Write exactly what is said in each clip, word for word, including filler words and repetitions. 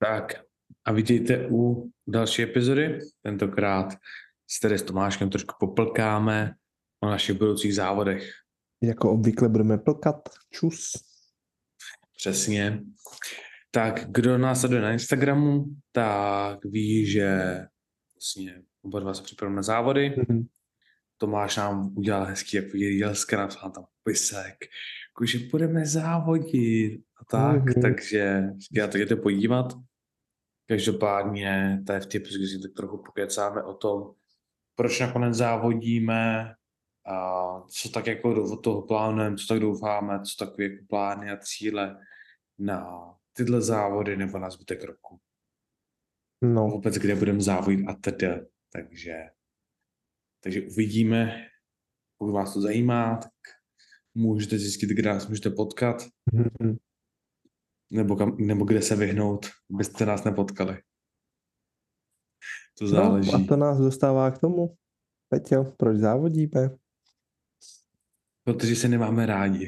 Tak a vítejte u další epizody. Tentokrát si tady s Tomáškem trošku poplkáme o našich budoucích závodech. Jako obvykle budeme plkat. Čus. Přesně. Tak kdo nás sleduje na Instagramu, tak ví, že vlastně oba dva se připravujeme na závody. Mm-hmm. Tomáš nám udělal hezký jako jídelské, napsal tam pisek, že budeme závodit a tak, Mm-hmm. takže já tak jdete podívat. Každopádně tady v té epizodě si tak trochu pokecáme o tom, proč nakonec závodíme, a co tak jako od toho plánujeme, co tak doufáme, co takové jako plány a cíle na tyhle závody nebo na zbytek roku. No. A vůbec, kde budeme závodit a tedy. Takže, takže uvidíme, pokud vás to zajímá, tak můžete zjistit, kde nás můžete potkat, Mm-hmm. nebo, kam, nebo kde se vyhnout, abyste nás nepotkali. To záleží. No a to nás dostává k tomu. Peťo, proč závodíme? Protože se nemáme rádi.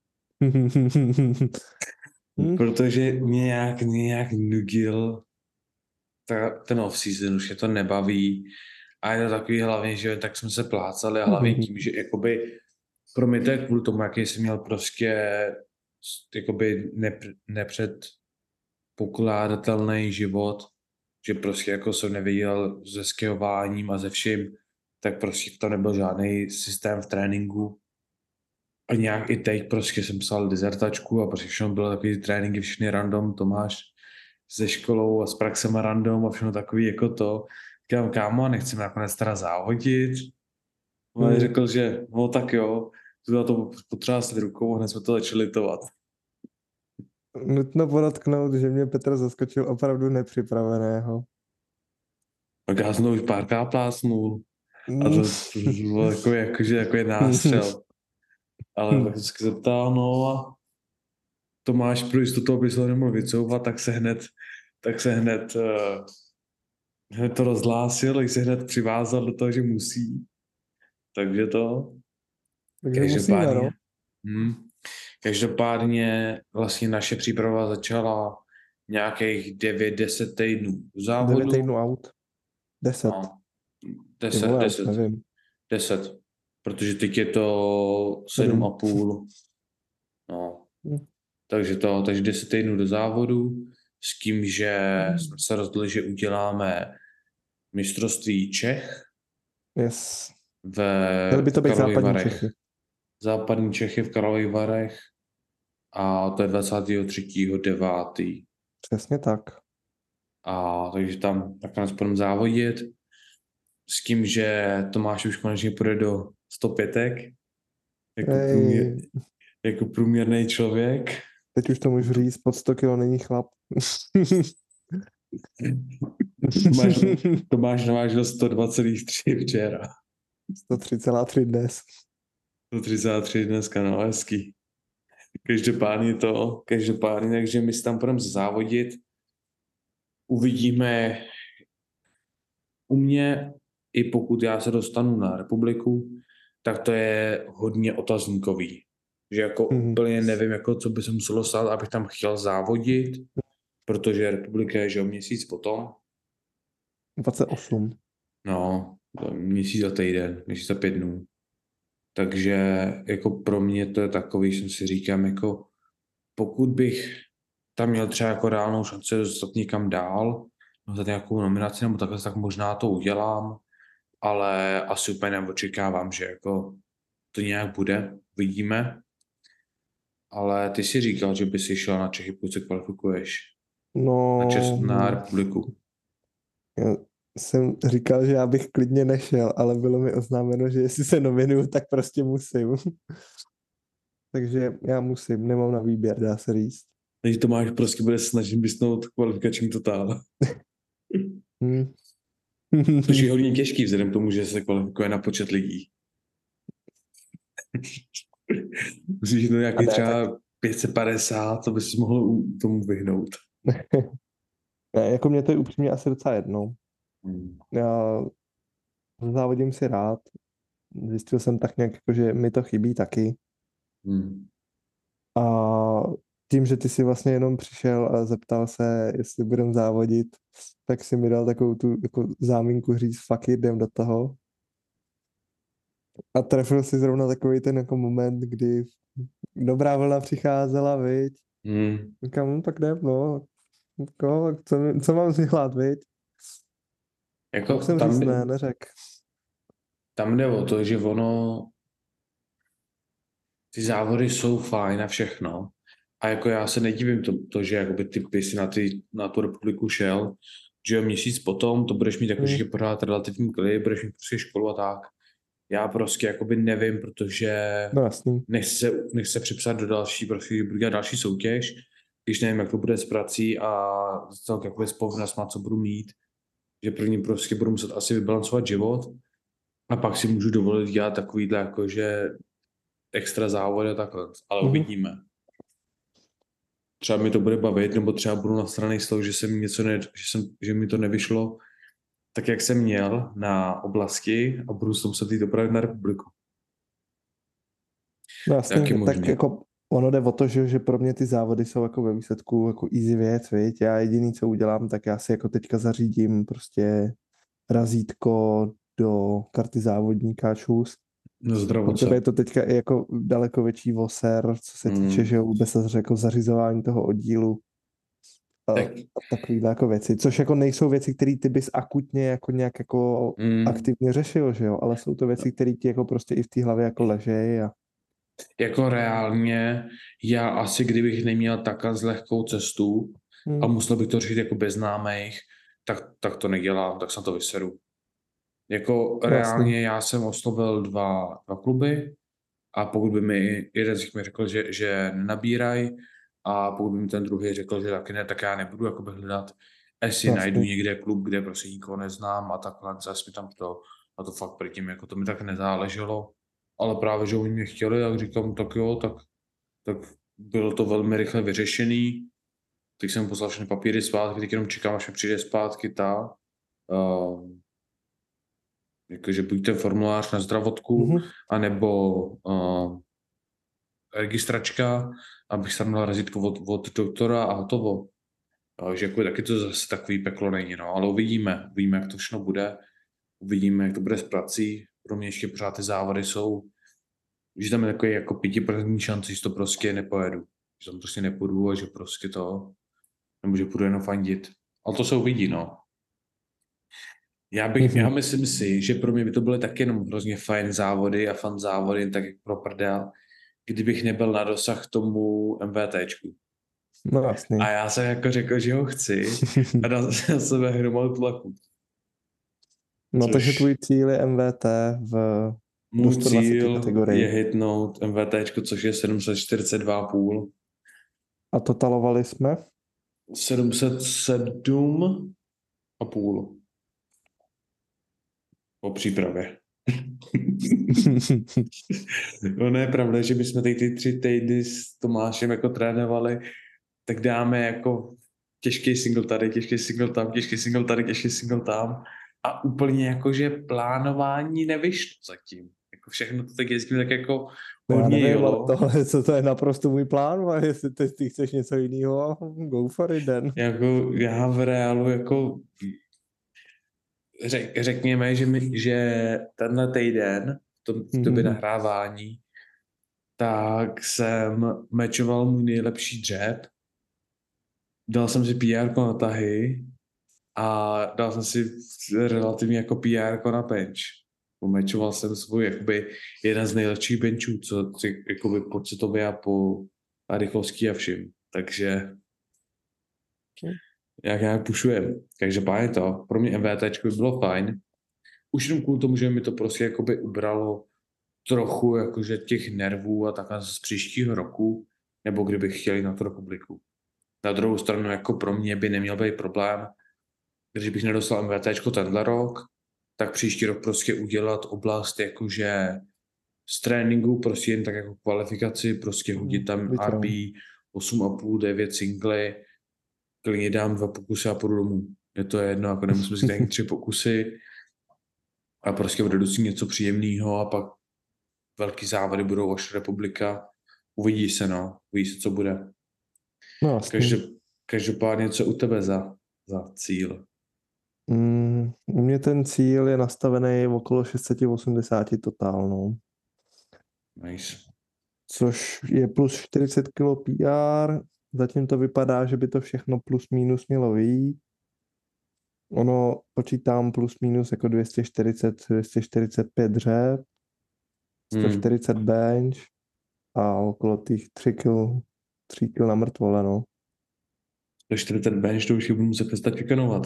Protože mě nějak, mě nějak nudil ta, ten off-season, už je to nebaví. A je to takový hlavně, že tak jsme se plácali a hlavně tím, že jakoby pro mě to je kvůli tomu, jaký jsem měl prostě jakoby nepr- nepředpokládatelný život, že prostě jako jsem nevěděl se skijováním a ze vším, tak prostě tam nebyl žádný systém v tréninku. A nějak i teď prostě jsem psal dizertačku a prostě všechno bylo takový tréninky, všechny random, Tomáš se školou a s praxema random a všechno takový jako to. Říkám, kámo, nechceme nakonec teda závodit. On hmm. řekl, že no tak jo, to to potřásli rukou a hned jsme to začali litovat. Nutno podotknout, že mě Petr zaskočil opravdu nepřipraveného. Tak já jsem to už párkrát plásnul. A to, to bylo jako, jako, že, jako je nástřel. Ale tak se zeptal, no a Tomáš pro jistotu, aby se ho nemohl vycouvat, tak se hned, tak se hned, uh, hned to rozhlásil, tak se hned přivázal do toho, že musí. Takže to... Takže musíme, no. Hmm, každopádně vlastně naše příprava začala nějakých devět deset týdnů závodu. devět týdnů out. deset. No, deset, vole, deset. Nevím. deset. Protože teď je to sedm a půl. No. Hmm. Takže to, takže deset týdnů do závodu s tím, že hmm. jsme se rozhodli, že uděláme mistrovství Čech. Yes. Ve Měly by to být západní Čechy. Západní Čechy v Karlových Varech a to je dvacátého třetího devátého Přesně tak. A takže tam nakonec budeme závodit s tím, že Tomáš už konečně půjde do sto pětek jako, průměr, jako průměrný člověk. Teď už to můžu říct, pod sto kilo není chlap. Tomáš, Tomáš navážil sto dva celá tři včera. sto tři celá tři dnes. sto tři celá tři dneska, no hezký. Každopádně to, každopádně, takže my si tam budeme závodit. Uvidíme u mě, i pokud já se dostanu na republiku, tak to je hodně otazníkový. Že jako mm. úplně nevím, jako, co by se muselo stát, abych tam chtěl závodit, protože republika je, že o měsíc potom. dvacet osm. No, měsíc a týden, měsíc a pět dnů. Takže jako pro mě to je takový, že si říkám, jako pokud bych tam měl třeba jako reálnou šanci dostat někam dál, za nějakou nominaci nebo takhle, tak možná to udělám, ale asi úplně neočekávám, že jako to nějak bude, vidíme. Ale ty si říkal, že by si šel na Čechy, pokud se kvalifikuješ. No, na, Čes, na republiku. Já jsem říkal, že já bych klidně nešel, ale bylo mi oznámeno, že jestli se nominuju, tak prostě musím. Takže já musím, nemám na výběr, dá se říct. Takže to máš prostě bude snažit bysnout kvalifikační totál. Hmm. Což je hodně těžký vzhledem k tomu, že se kvalifikuje na počet lidí. Musíš to nějaký třeba tak... pět set padesát, to bys mohl tomu vyhnout. Ne, jako mě to je upřímně asi docela jedno. Hmm. Já závodím si rád. Zjistil jsem tak nějak, jako, že mi to chybí taky. Hmm. A tím, že ty si vlastně jenom přišel a zeptal se, jestli budeme závodit, tak si mi dal takovou tu jako záminku říct fuck it, jdem do toho. A trefil si zrovna takový ten jako moment, kdy dobrá vlna přicházela, viď? Hmm. Říkám, no, tak jdem, no. Jako, co, mi- co mám dělat, viď? Jako Mohl jsem tam, říct jde- ne, neřek. tam jde o to, že ono, ty závody jsou fajn a všechno. A jako já se nedivím to, to že jakoby ty by si na, ty, na tu republiku šel, že jo, měsíc potom to budeš mít jako, Hmm. že pořád relativní klid, budeš mít prostě školu a tak. Já prostě jakoby nevím, protože No jasný. nechci se, nechci se připsat do další, prostě budu dělat další soutěž, když nevím, jak to bude s prací a celkem jakoby s povinnostma, co budu mít, že první prostě budu muset asi vybalancovat život a pak si můžu dovolit dělat takovýhle jakože extra závody a takhle, ale Mhm. uvidíme. Třeba mi to bude bavit, nebo třeba budu nasranej z toho, že jsem něco ne, že, jsem, že mi to nevyšlo tak, jak jsem měl na oblasti a budu se to muset jít opravit na republiku. No jasný, Taky tak možný. jako ono jde o to, že, že pro mě ty závody jsou jako ve výsledku jako easy věc, viď? Já jediný, co udělám, tak já si jako teďka zařídím prostě razítko do karty závodníka čus. No U zdravoce. tebe je to teďka i jako daleko větší voser, co se týče, Mm. že jo, vůbec jako zařizování toho oddílu a, Tak, a takovýhle jako věci, což jako nejsou věci, které ty bys akutně jako nějak jako mm, aktivně řešil, že jo, ale jsou to věci, které ti jako prostě i v té hlavě jako ležejí a jako reálně, já asi kdybych neměl takhle z lehkou cestu a hmm. musel bych to řešit jako bez známých, tak, tak to nedělám, tak se na to vyseru. Jako Vlastně. reálně já jsem oslovil dva, dva kluby a pokud by mi jeden z nich mi řekl, že, že nenabíraj a pokud by mi ten druhý řekl, že taky ne, tak já nebudu jakoby hledat, jestli Vlastně. najdu někde klub, kde prostě nikoho neznám a takhle, zase mi tam to, a to fakt předtím, jako to mi tak nezáleželo, ale právě, že oni mě chtěli, tak říkám, tak jo, tak, tak bylo to velmi rychle vyřešený, teď jsem poslal všechny papíry zpátky, teď jenom čekám, až mi přijde zpátky ta, uh, jakože buď ten formulář na zdravotku, Mm-hmm. anebo uh, registračka, abych se měl razítko od, od doktora a hotovo. Takže jako taky to zase takový peklo není, no, ale uvidíme, uvidíme, jak to všechno bude, uvidíme, jak to bude s prací, pro mě ještě pořád ty závody jsou, že tam je takový jako pětiprocentní šance, že to prostě nepojedu, že tam prostě nepůjdu a že prostě to, nebo že půjdu jenom fandit, ale to se uvidí, no. Já bych, Mhm. já myslím si, že pro mě by to byly taky jenom hrozně fajn závody a fan závody, tak jak pro prdel, kdybych nebyl na dosah tomu MVTčku. No jasný. A já jsem jako řekl, že ho chci a dal jsem na sebe hromadou tlaku. No Což takže tvůj cíl je M V T v do můj sto dvacet cíl kategorii. je hitnout MVTčko, což je sedm set čtyřicet dva a půl. A totalovali jsme? sedm set sedm a půl. Po přípravě. No ne, pravda, že bychom teď ty tři týdny s Tomášem jako trénovali, tak dáme jako těžký single tady, těžký single tam, těžký single tady, těžký single tam. A úplně jakože plánování nevyšlo zatím. Jako všechno to tak jezdím tak jako No já hodně nevím, jolo. ale tohle, co to je naprosto můj plán, a jestli ty, ty chceš něco jiného, go for it then. Jako já v reálu jako řek, řekněme, že, mi, že tenhle týden v, tom, v době Mhm. nahrávání tak jsem mečoval můj nejlepší dřep. Dal jsem si P R na tahy a dal jsem si relativně jako P R na bench. Pomečoval jsem svůj jakoby jeden z nejlepších benchů, co si jakoby pocitově a po a rychlosti a všim. Takže jak já pušujem. Takže páně to, pro mě MVTčko by bylo fajn. Už jenom kvůli tomu, že mi to prostě jakoby ubralo trochu jakože těch nervů a takhle z příštího roku, nebo kdybych chtěl jít na tu republiku. Na druhou stranu jako pro mě by neměl být problém, když bych nedostal MVTčko tenhle rok, tak příští rok prostě udělat oblast jakože z tréninku, prostě jen tak jako kvalifikaci, prostě hodit tam Vyťám. R B osm a půl, devět singly, klidně dám dva pokusy a půjdu domů. Je to jedno, jako nemusím si dát tři pokusy a prostě odjedu si něco příjemného a pak velký závody budou vaše republika. Uvidí se, no. Uvidí se, co bude. No jasný. Každop, každopádně, co u tebe za, za cíl? Mm, u mě ten cíl je nastavený okolo šest set osmdesát totál, no. Nice. Což je plus čtyřicet kilo P R. Zatím to vypadá, že by to všechno plus minus mělo vyjít. Ono počítám plus minus jako dvě stě čtyřicet, dvě stě čtyřicet pět dřep, sto čtyřicet Hmm. bench a okolo těch tři kil, tři kil na mrtvole, no. sto čtyřicet bench, to už ji budu muset přestat vykonovat.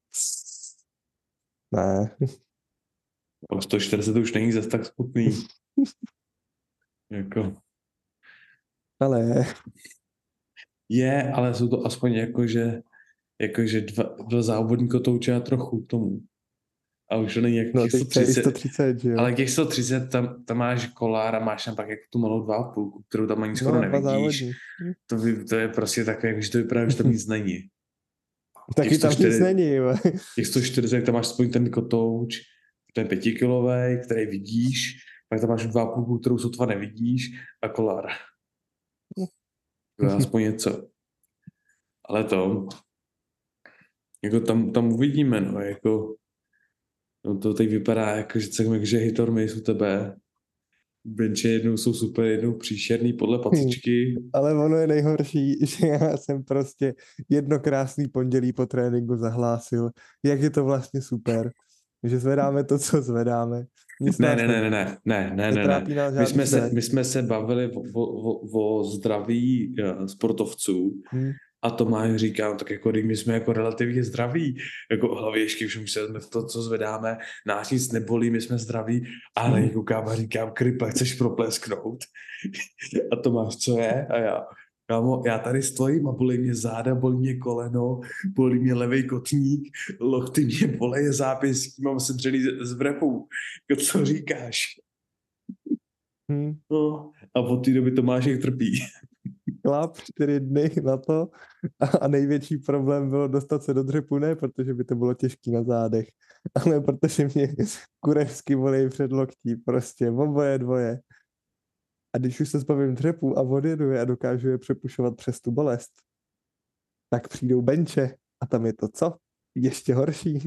Ne. Ale sto čtyřicet už není zase tak smutný. Jako. Ale Je, ale jsou to aspoň jako, že, jako, že dva, dva závodníka touče a trochu k tomu. A už to není jak no těch teď je i sto třicet, sto třicet, že jo? ale těch sto třicet, tam, tam máš kolár a máš tam pak jako tu malou dva a půl, kterou tam ani skoro No, dva nevidíš. závodní. To, vy, to je prostě takové, že to vypadá, že tam nic není. Taky tam nic není, jo. Těch sto čtyřicet, tam máš aspoň ten kotouč, ten pětikilový, který vidíš, pak tam máš dva a půl, kterou sotva nevidíš a kolár. To je aspoň něco. Ale to, jako tam, tam uvidíme, no, jako, no to teď vypadá, jako, že, jako, že hitormy jsou tebe. Benče jednou jsou super, jednou příšerný podle pacičky. Ale ono je nejhorší, že já jsem prostě jedno krásný pondělí po tréninku zahlásil, jak je to vlastně super, že zvedáme to, co zvedáme. Nic Ne, nás ne, ne, ne, ne, ne, ne, ne, netrápí ne. nás My žádný jsme, se, stres. my jsme se bavili o, o, o, o zdraví uh, sportovců Hmm. a Tomáš říká, no, tak jako my jsme jako relativně zdraví, jako hlavěšky, všem se to, co zvedáme, nás nic nebolí, my jsme zdraví, ale jako káma říkám, krypa, chceš proplesknout? A Tomáš, co je? A já, kámo, já tady stojím a bolí mě záda, bolí mě koleno, bolí mě levej kotník, lokty mě boleje zápěstí, mám sedřený z, z vrepů. Jako, co říkáš? Hmm. No, a od té doby Tomášek trpí. Chlap, čtyři dny na to a, a největší problém bylo dostat se do dřepu, ne protože by to bylo těžký na zádech, ale protože mě kurevsky bolí před loktí, prostě oboje dvoje. A když už se zbavím dřepu a odjedu je a dokážu je přepušovat přes tu bolest, tak přijdou benče a tam je to co? Ještě horší.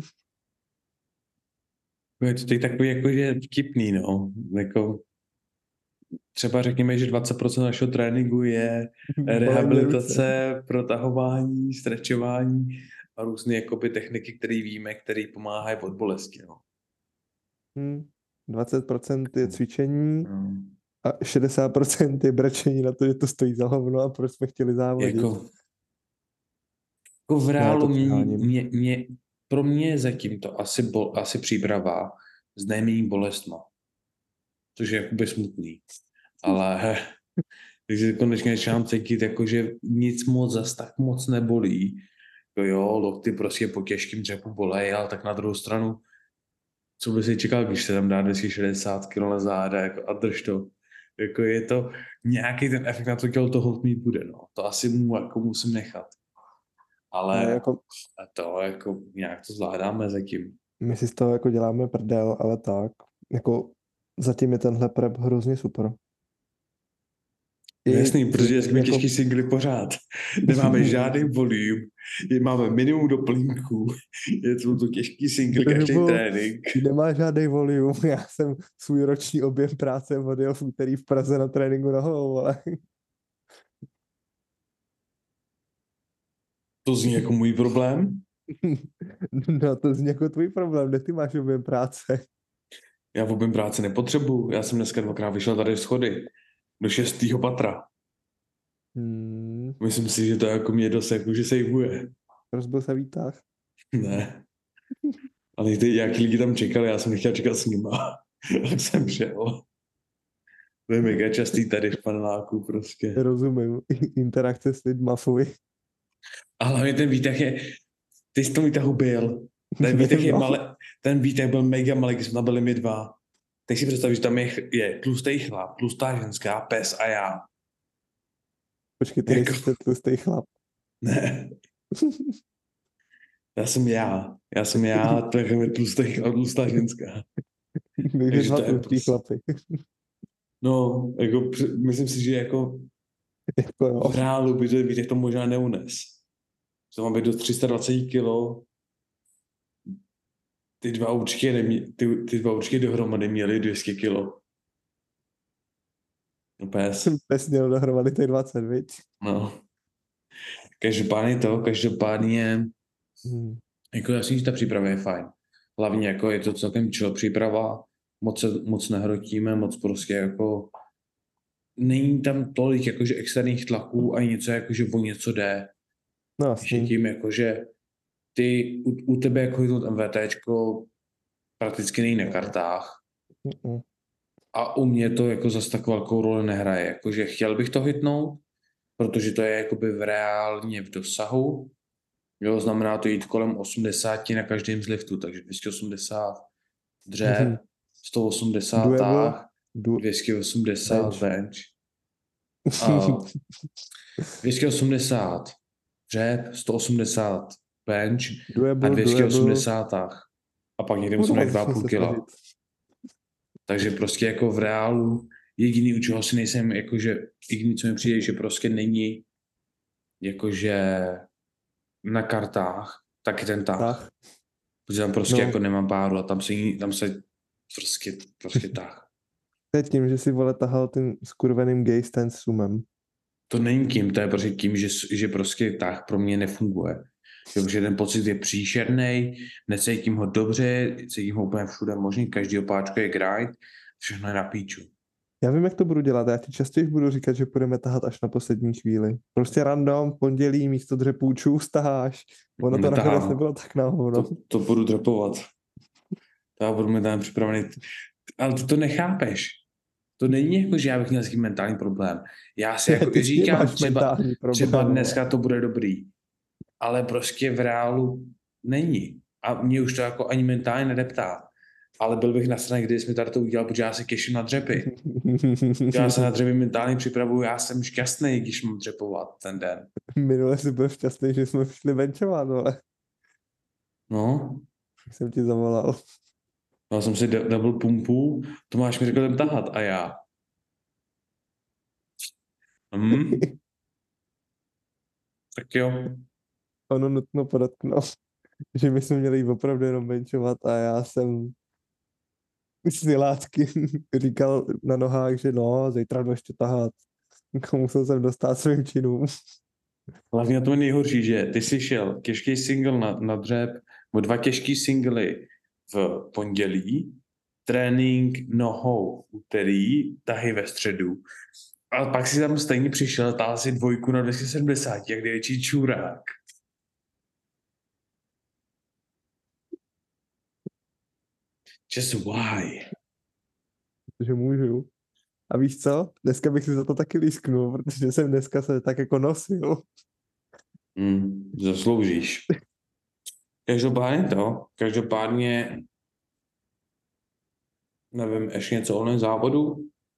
Je to teď takový jakože vtipný, no. Jako, třeba řekněme, že dvacet procent našeho tréninku je rehabilitace, protahování, stretchování a různé jakoby techniky, které víme, které pomáhají od bolesti. No. Hmm. dvacet procent je cvičení Hmm. a šedesát procent je brečení na to, že to stojí za hovno a proč jsme chtěli závodit. Jako, jako v reálu Ne, mě, mě, mě, pro mě je zatím to asi, bol, asi příprava s nejméně bolestma. Což je jakoby smutný. Ale takže konečně začínám cítit, jako, že nic moc zas tak moc nebolí. Jako jo, lokty prostě po těžkým dřepu bolej, ale tak na druhou stranu, co by si čekal, když se tam dá dvě stě šedesát kilo na záda jako, a drž to. Jako je to, nějaký ten efekt na to tělo to hold mít bude, no. To asi mu jako musím nechat. Ale no, jako, to jako nějak to zvládáme zatím. my si z toho jako děláme prdel, ale tak. Jako zatím je tenhle prep hrozně super. I, Jasný, protože jsme jako... těžký singly pořád. Nemáme žádný volume, máme minimum doplňků, je to, to těžký single každý trénink. Nemá žádný volume, já jsem svůj roční objem práce odjel v úterý v Praze na tréninku nohou, ale... To zní jako můj problém? No to zní jako tvůj problém, kde ty máš objem práce? Já v objem práce nepotřebuju, já jsem dneska dvakrát vyšel tady schody do šestého patra. Hmm. Myslím si, že to jako mě dost jako, že sejvuje. Rozbil se výtah? Ne. Ale ty, jaký lidi tam čekali, já jsem nechtěl čekat s nima. Tak jsem šel. To je mega častý tady v paneláku prostě. Rozumím. Interakce s lidma, fuj. A hlavně ten výtah je, ty jsi tom výtahu byl. Ten výtah je malý, ten výtah byl mega malý, když jsme tam byli my dva. Teď si představíš, že tam je, je tlustý chlap, tlustá ženská, pes a já. Počkej, ty jako... jsi tlustý chlap. Ne. Já jsem já. Já jsem já, to je tlustý chlap, tlustá ženská. Takže dva tlustý chlapy. No, jako, myslím si, že jako Jako jo. V reálu by to, by to možná neunes. To má být do tři sta dvacet kilo. Ty dva určitě, nemě, ty, ty dva určitě dohromady měly dvě stě kilo. No pes. Pes měl dohromady těch dvacet, viď? No. Každopádně to, každopádně Hmm. jako já si říct, ta příprava je fajn. Hlavně jako je to celkem chill příprava, moc, se, moc nehrotíme, moc prostě jako není tam tolik jakože externích tlaků a něco jakože o něco jde. No Ještě jasný. tím jakože ty u, u tebe jako to MVTčko prakticky není na kartách Mm-mm. a u mě to jako zas tak velkou roli nehraje. Jakože chtěl bych to hitnout, protože to je jakoby v reálně v dosahu. Jo, znamená to jít kolem osmdesát na každém z liftů, takže dvě stě osmdesát dřep, Mhm. sto osmdesát Doable. táh, Du- dvě stě osmdesát bench. bench, a dvě stě osmdesát dřep, sto osmdesát bench a Doable, dvě stě doable. osmdesát táh. A pak někde musíme Kurva, jít dva a začnu půl se kila. snažit. Takže prostě jako v reálu jediný, u čeho si nejsem, jakože jediný, co mi přijde, že prostě není jakože na kartách, tak je ten tah. Tak. Protože tam prostě No. jako nemám páru a tam se, tam se prostě, prostě tah. To je tím, že si vole tahal tím skurveným gay stand s sumem. To není tím, to je prostě tím, že, že prostě tah pro mě nefunguje. Jo, protože ten pocit je příšerný, necítím ho dobře, cítím ho úplně všude možný, každý opáčko je grind, všechno je na píču. Já vím, jak to budu dělat. Já ti častěji budu říkat, že budeme tahat až na poslední chvíli. Prostě random, pondělí, místo dřepůčů staháš. Ono to Netahám. nakonec nebylo tak na hovno. To, to budu dropovat. To já budu mít tam připravený. Ale ty to nechápeš. To není jako, že já bych měl s tím mentální problém. Já si jako Ty s tím říkám, máš třeba, mentální problém, třeba vole. dneska to bude dobrý. Ale prostě v reálu není. A mě už to jako ani mentálně nedeptá. Ale byl bych na straně, když mi tady to udělal, protože já se těším na dřepy. Já se na dřepy mentálně připravuju, já jsem šťastný, když mám dřepovat ten den. Minule jsi byl šťastný, že jsme šli benchovat, ale No, jsem ti zavolal. dal jsem si d- double pumpu, Tomáš mi řekl jdem tahat a já. Hmm. Tak jo. Ono nutno podotknout, že my jsme měli opravdu jenom benchovat a já jsem z Nilátky říkal na nohách, že no, zítra jdu ještě tahat. Musel jsem dostat svým činům. Hlavně to je nejhorší, že ty jsi šel těžký single na, na dřep, nebo dva těžký singly v pondělí, trénink nohou v úterý, tahy ve středu. A pak si tam stejně přišel, táhl si dvojku na dvě stě sedmdesát, jak největší čurák. Just why? Že můžu. A víš co? Dneska bych si za to taky lísknul, protože jsem dneska se tak jako nosil. Hmm, zasloužíš. Každopádně to, každopádně nevím, ještě něco o závodu?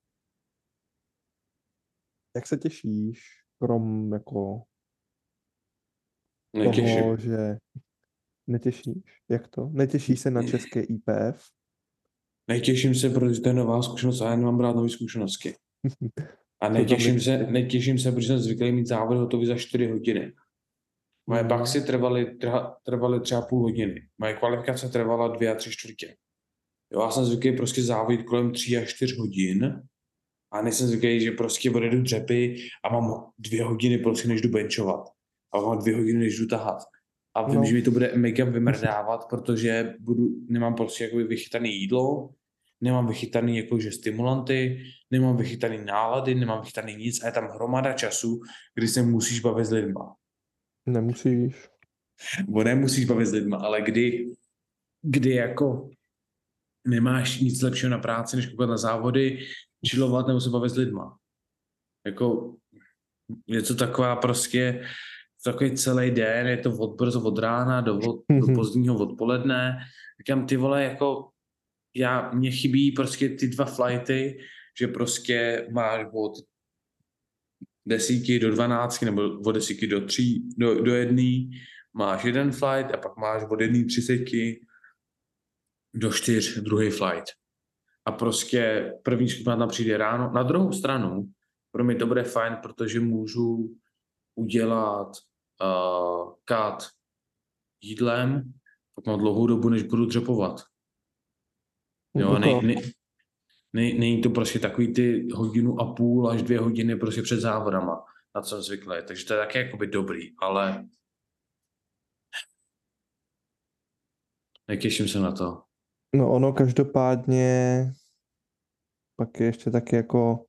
Jak se těšíš? Krom jako Netěším. toho, že netěšíš? Jak to? Netěšíš se na české I P F? Netěším se, protože to je nová zkušenost a já nemám rád nové zkušenosti. A netěším se, netěším se, protože jsem zvyklý mít závod hotový za čtyři hodiny. Moje Hmm. boxy trvaly, trha, trvaly třeba půl hodiny. Moje kvalifikace trvala dvě a tři čtvrtě. Jo, já jsem zvyklý prostě závodit kolem tří až čtyř hodin a nejsem zvyklý, že prostě odjedu dřepy a mám dvě hodiny prostě, než jdu benchovat. A mám dvě hodiny, než jdu tahat. A vím, No. že mi to bude mega vymrdávat, protože budu, nemám prostě jakoby vychytané jídlo, nemám vychytaný jakože stimulanty, nemám vychytaný nálady, nemám vychytaný nic a je tam hromada času, kdy se musíš bavit s lidma. Nemusíš. Bo nemusíš bavit s lidma, ale kdy, kdy jako nemáš nic lepšího na práci, než koukat na závody, chillovat nebo se bavit s lidma. Jako je to taková prostě takový celý den, je to od brzo od rána do, od, do pozdního odpoledne. Říkám, ty vole, jako já, mně chybí prostě ty dva flighty, že prostě máš od desíti do dvanácti nebo od desíti do tří, do, do jedný, máš jeden flight a pak máš od jedné třiceti do čtyř druhý flight. A prostě první skupina tam přijde ráno. Na druhou stranu, pro mě to bude fajn, protože můžu udělat uh, cut jídlem, pak mám dlouhou dobu, než budu dřepovat. Jo, nej, nej, nej, není to prostě takový ty hodinu a půl až dvě hodiny prostě před závodama, na co jsem zvyklý. Takže to je taky jakoby dobrý, ale netěším se na to. No ono každopádně pak je ještě taky jako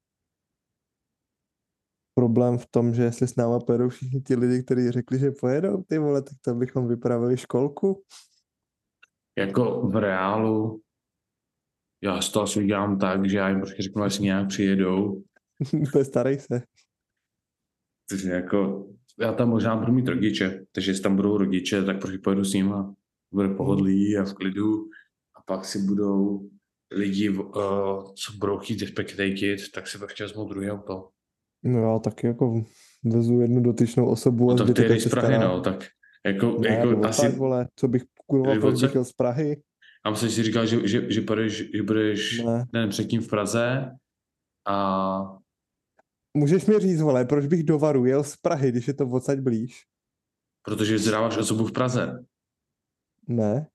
problém v tom, že jestli s náma pojedou všichni ti lidi, kteří řekli, že pojedou, ty vole, tak to bychom vypravili školku. Jako v reálu já si to asi udělám tak, že já jim prostě řeknu, jestli nějak přijedou. Starej se. Takže jako, já tam možná budu mít rodiče, takže jestli tam budou rodiče, tak prostě pojedu s nima. Bude pohodlí a v klidu. A pak si budou lidi, uh, co budou chtít spectated, tak si prostě vezmou druhé auto. No já taky jako vezu jednu dotyčnou osobu No a tak ty zbytek jedeš se z Prahy, stará. no, tak jako, Ne, jako jako asi... asi... vole, co bych kurva, Jsi proč bych odsaď? jel z Prahy? A myslím, že jsi říkal, že, že, že budeš, že budeš Ne. den předtím v Praze a Můžeš mi říct, vole, proč bych do Varu jel z Prahy, když je to odsaď blíž? protože vzdáváš osobu v Praze. Ne.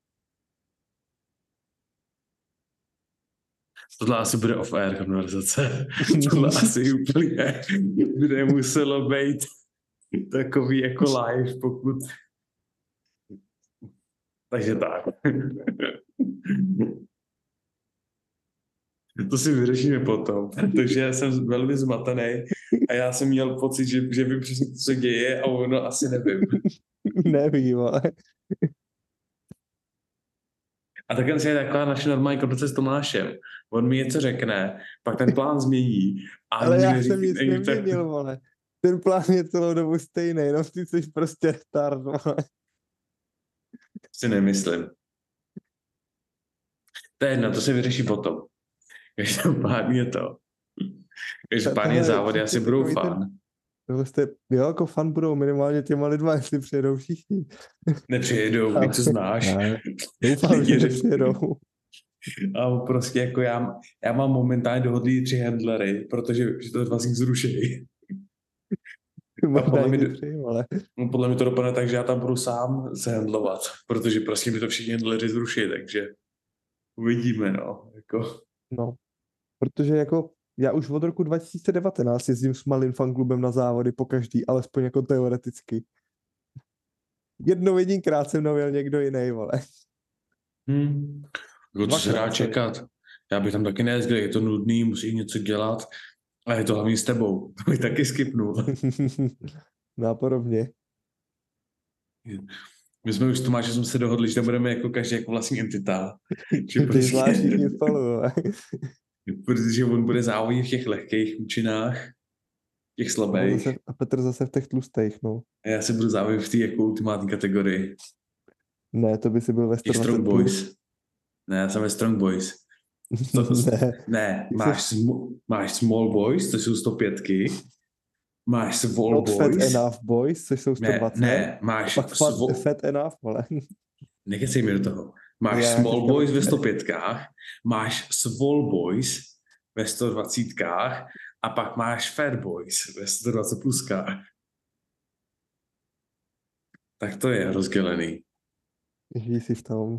Tohle asi bude off-air konverzace. Tohle asi úplně bude muselo být takový jako live, pokud... Takže tak. To si vyřešíme potom, protože já jsem velmi zmatený a já jsem měl pocit, že, že vím přesně, co se děje a ono asi nevím. Nevím, vole. A takhle je taková naše normální konverzace s Tomášem. On mi něco řekne, pak ten plán změní. A Ale já neřík, jsem nic není tak- neměnil, vole. Ten plán je celou dobu stejný, no ty jsi prostě retard, vole. Si nemyslím. To je jedno, to se vyřeší potom. Každopádně to. Každopádně Tohle je závody asi přesně budou takový ten- fun. Tohle jste, jo, jako fan budou minimálně těma lidma, jestli přijedou všichni. Nepřijedou, Ale- ty co znáš. Ne, doufám, že Lidi- nepřijedou. A prostě jako já, já mám momentálně dohodlý tři handlery, protože že to dva z nich zrušejí. Možná podle i mě- tři, ale No, podle mě to dopadne tak, že já tam budu sám se handlovat, protože prostě mi to všichni handleři zruší, takže uvidíme, no. Jako. no. Protože jako já už od roku dva tisíce devatenáct jezdím s malým fanklubem na závody po každý, alespoň jako teoreticky. Jednou jedinkrát jsem nověl někdo jiný, vole. Hmm. Jako, co se Dvakrát, dá sorry. čekat? Já bych tam taky nejezdil, je to nudný, musí něco dělat a je to hlavně s tebou. To bych taky skipnul. No a podobně. My jsme už s Tomášem jsme se dohodli, že tam budeme jako každý jako vlastní entita. Že Ty zvláštní spolu, vole. protože on bude závodit v těch lehkých účinách, těch No, slabých. zase- A Petr zase v těch tlustých, no. A já se budu závodit v té jako ultimátní kategorii. Ne, to by si byl ve Těch sto Strong dvacet plus. Boys. Ne, já jsem ve Strong Boys. To- Ne, Ne, Ty máš, sm- máš Small Boys, to jsou sto pět. Máš Svol not fat Boys. enough boys, což jsou sto Ne, dvacet. ne, máš Pak fat, svo- fat enough, vole. Nekecej mi do toho. Máš Já Small teďka- Boys ve sto pět, máš Svol Boys ve sto dvacet a pak máš Fat Boys ve sto dvacet pluskách. Tak to je rozdělený. Žijí si v tom.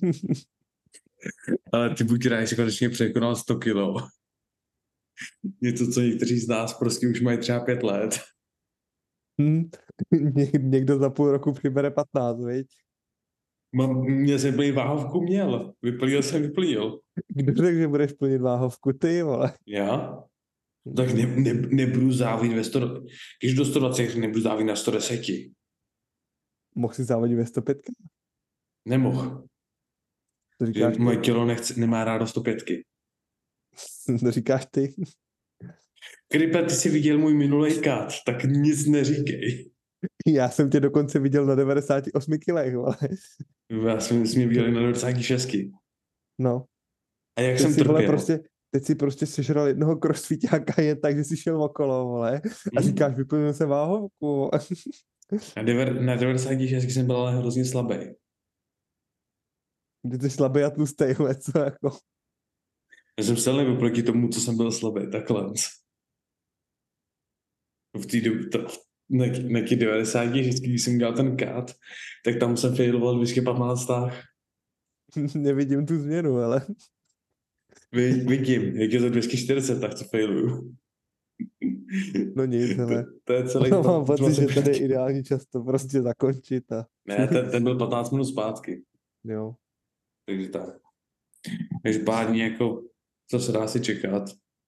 Ale ty buď rád, že konečně překonal sto kilo. Něco, co někteří z nás prostě už mají třeba pět let. Hm. Ně- Někdo za půl roku přibere patnáct, viď? Mám, mě jsem plný váhovku měl. Vyplnil jsem, vyplnil. Kdo řekl, že budeš plnit váhovku? Ty, vole. Já? Tak ne, ne, nebudu závodit ve sto... Když do sto dvacet, nebudu závodit na sto deset. Mohl si závodit ve sto pět? Nemohl. To říkáš Že moje ty. tělo nechce, nemá rádo sto pět. To říkáš ty. Kripe, ty jsi viděl můj minulý kat, tak nic neříkej. Já jsem tě dokonce viděl na devadesát osm kilech, vole. Já jsem, jsme viděli na devadesát šest. No. A jak Teď jsem si, vole, trpěl. prostě, teď si prostě sežral jednoho crossfitáka jen tak, že si šel okolo, vole. A Hmm. říkáš, vyplnil se váhovku, vole. Na, dever, na devadesát šest jsem byl ale hrozně slabý. Ty jsi slabý a tlustej, vole, co jako. Já jsem silný oproti tomu, co jsem byl slabý, takhle. v té době, to, na, na těch devadesátých, vždycky, když jsem dělal ten cut, tak tam jsem failoval vždycky patnáct tah. Nevidím tu změnu, ale Vid, vidím, jak je to dvě stě čtyřicet, tak to failuju. no nic, ale To, to je celý no, dva- mám pocit, dvacet že tady je pět. ideální čas to prostě zakončit a Ne, ten, ten byl patnáct minut zpátky, jo. takže tak. Každopádně jako, co se dá si čekat.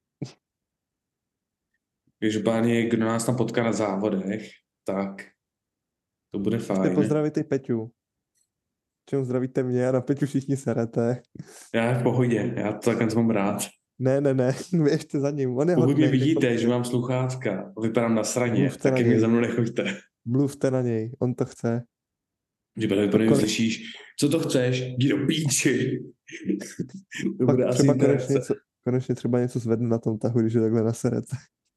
Každopádně, kdo nás tam potká na závodech, tak to bude Jste fajn. pozdravit i Peťu. Čemu zdravíte mě a na Peťu všichni serete. Já v pohodě, já to takhle mám rád. Ne, ne, ne, běžte za ním, on je Pokud mě hodnej. vidíte, že mám sluchátka a vypadám na straně, Mluvte na taky mě něj. za mnou nechoďte. Mluvte na něj, on to chce. Že tady To to konec- slyšíš, co to chceš, jdi do píči. To Pak bude asi třeba konečně, interakce. něco, konečně třeba něco zvednu na tom tahu, když je takhle naserete.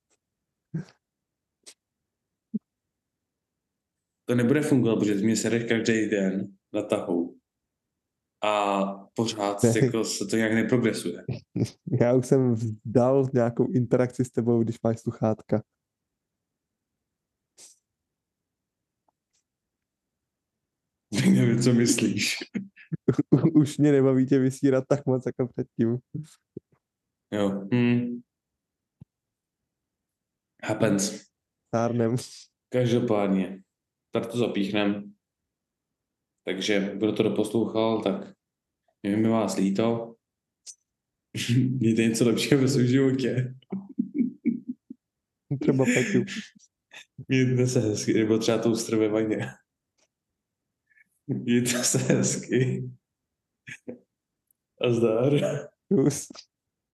To nebude fungovat, protože ty mě sereš každý den na tahu a pořád Ne. jako se to nějak neprogresuje. Já už jsem dal nějakou interakci s tebou, když máš sluchátka. Nevím, co myslíš. Už mě nebaví tě vysírat tak moc jako předtím. Jo. Hmm. Happens. Stárnem. Každopádně, tady to zapíchnem. Takže kdo to doposlouchal, tak je mi vás líto. Mějte něco lepšího ve svém životě. Třeba Peťu. Mějte se hezky, nebo třeba tou strve vaně. Mějte se hezky. A zdar. Plus.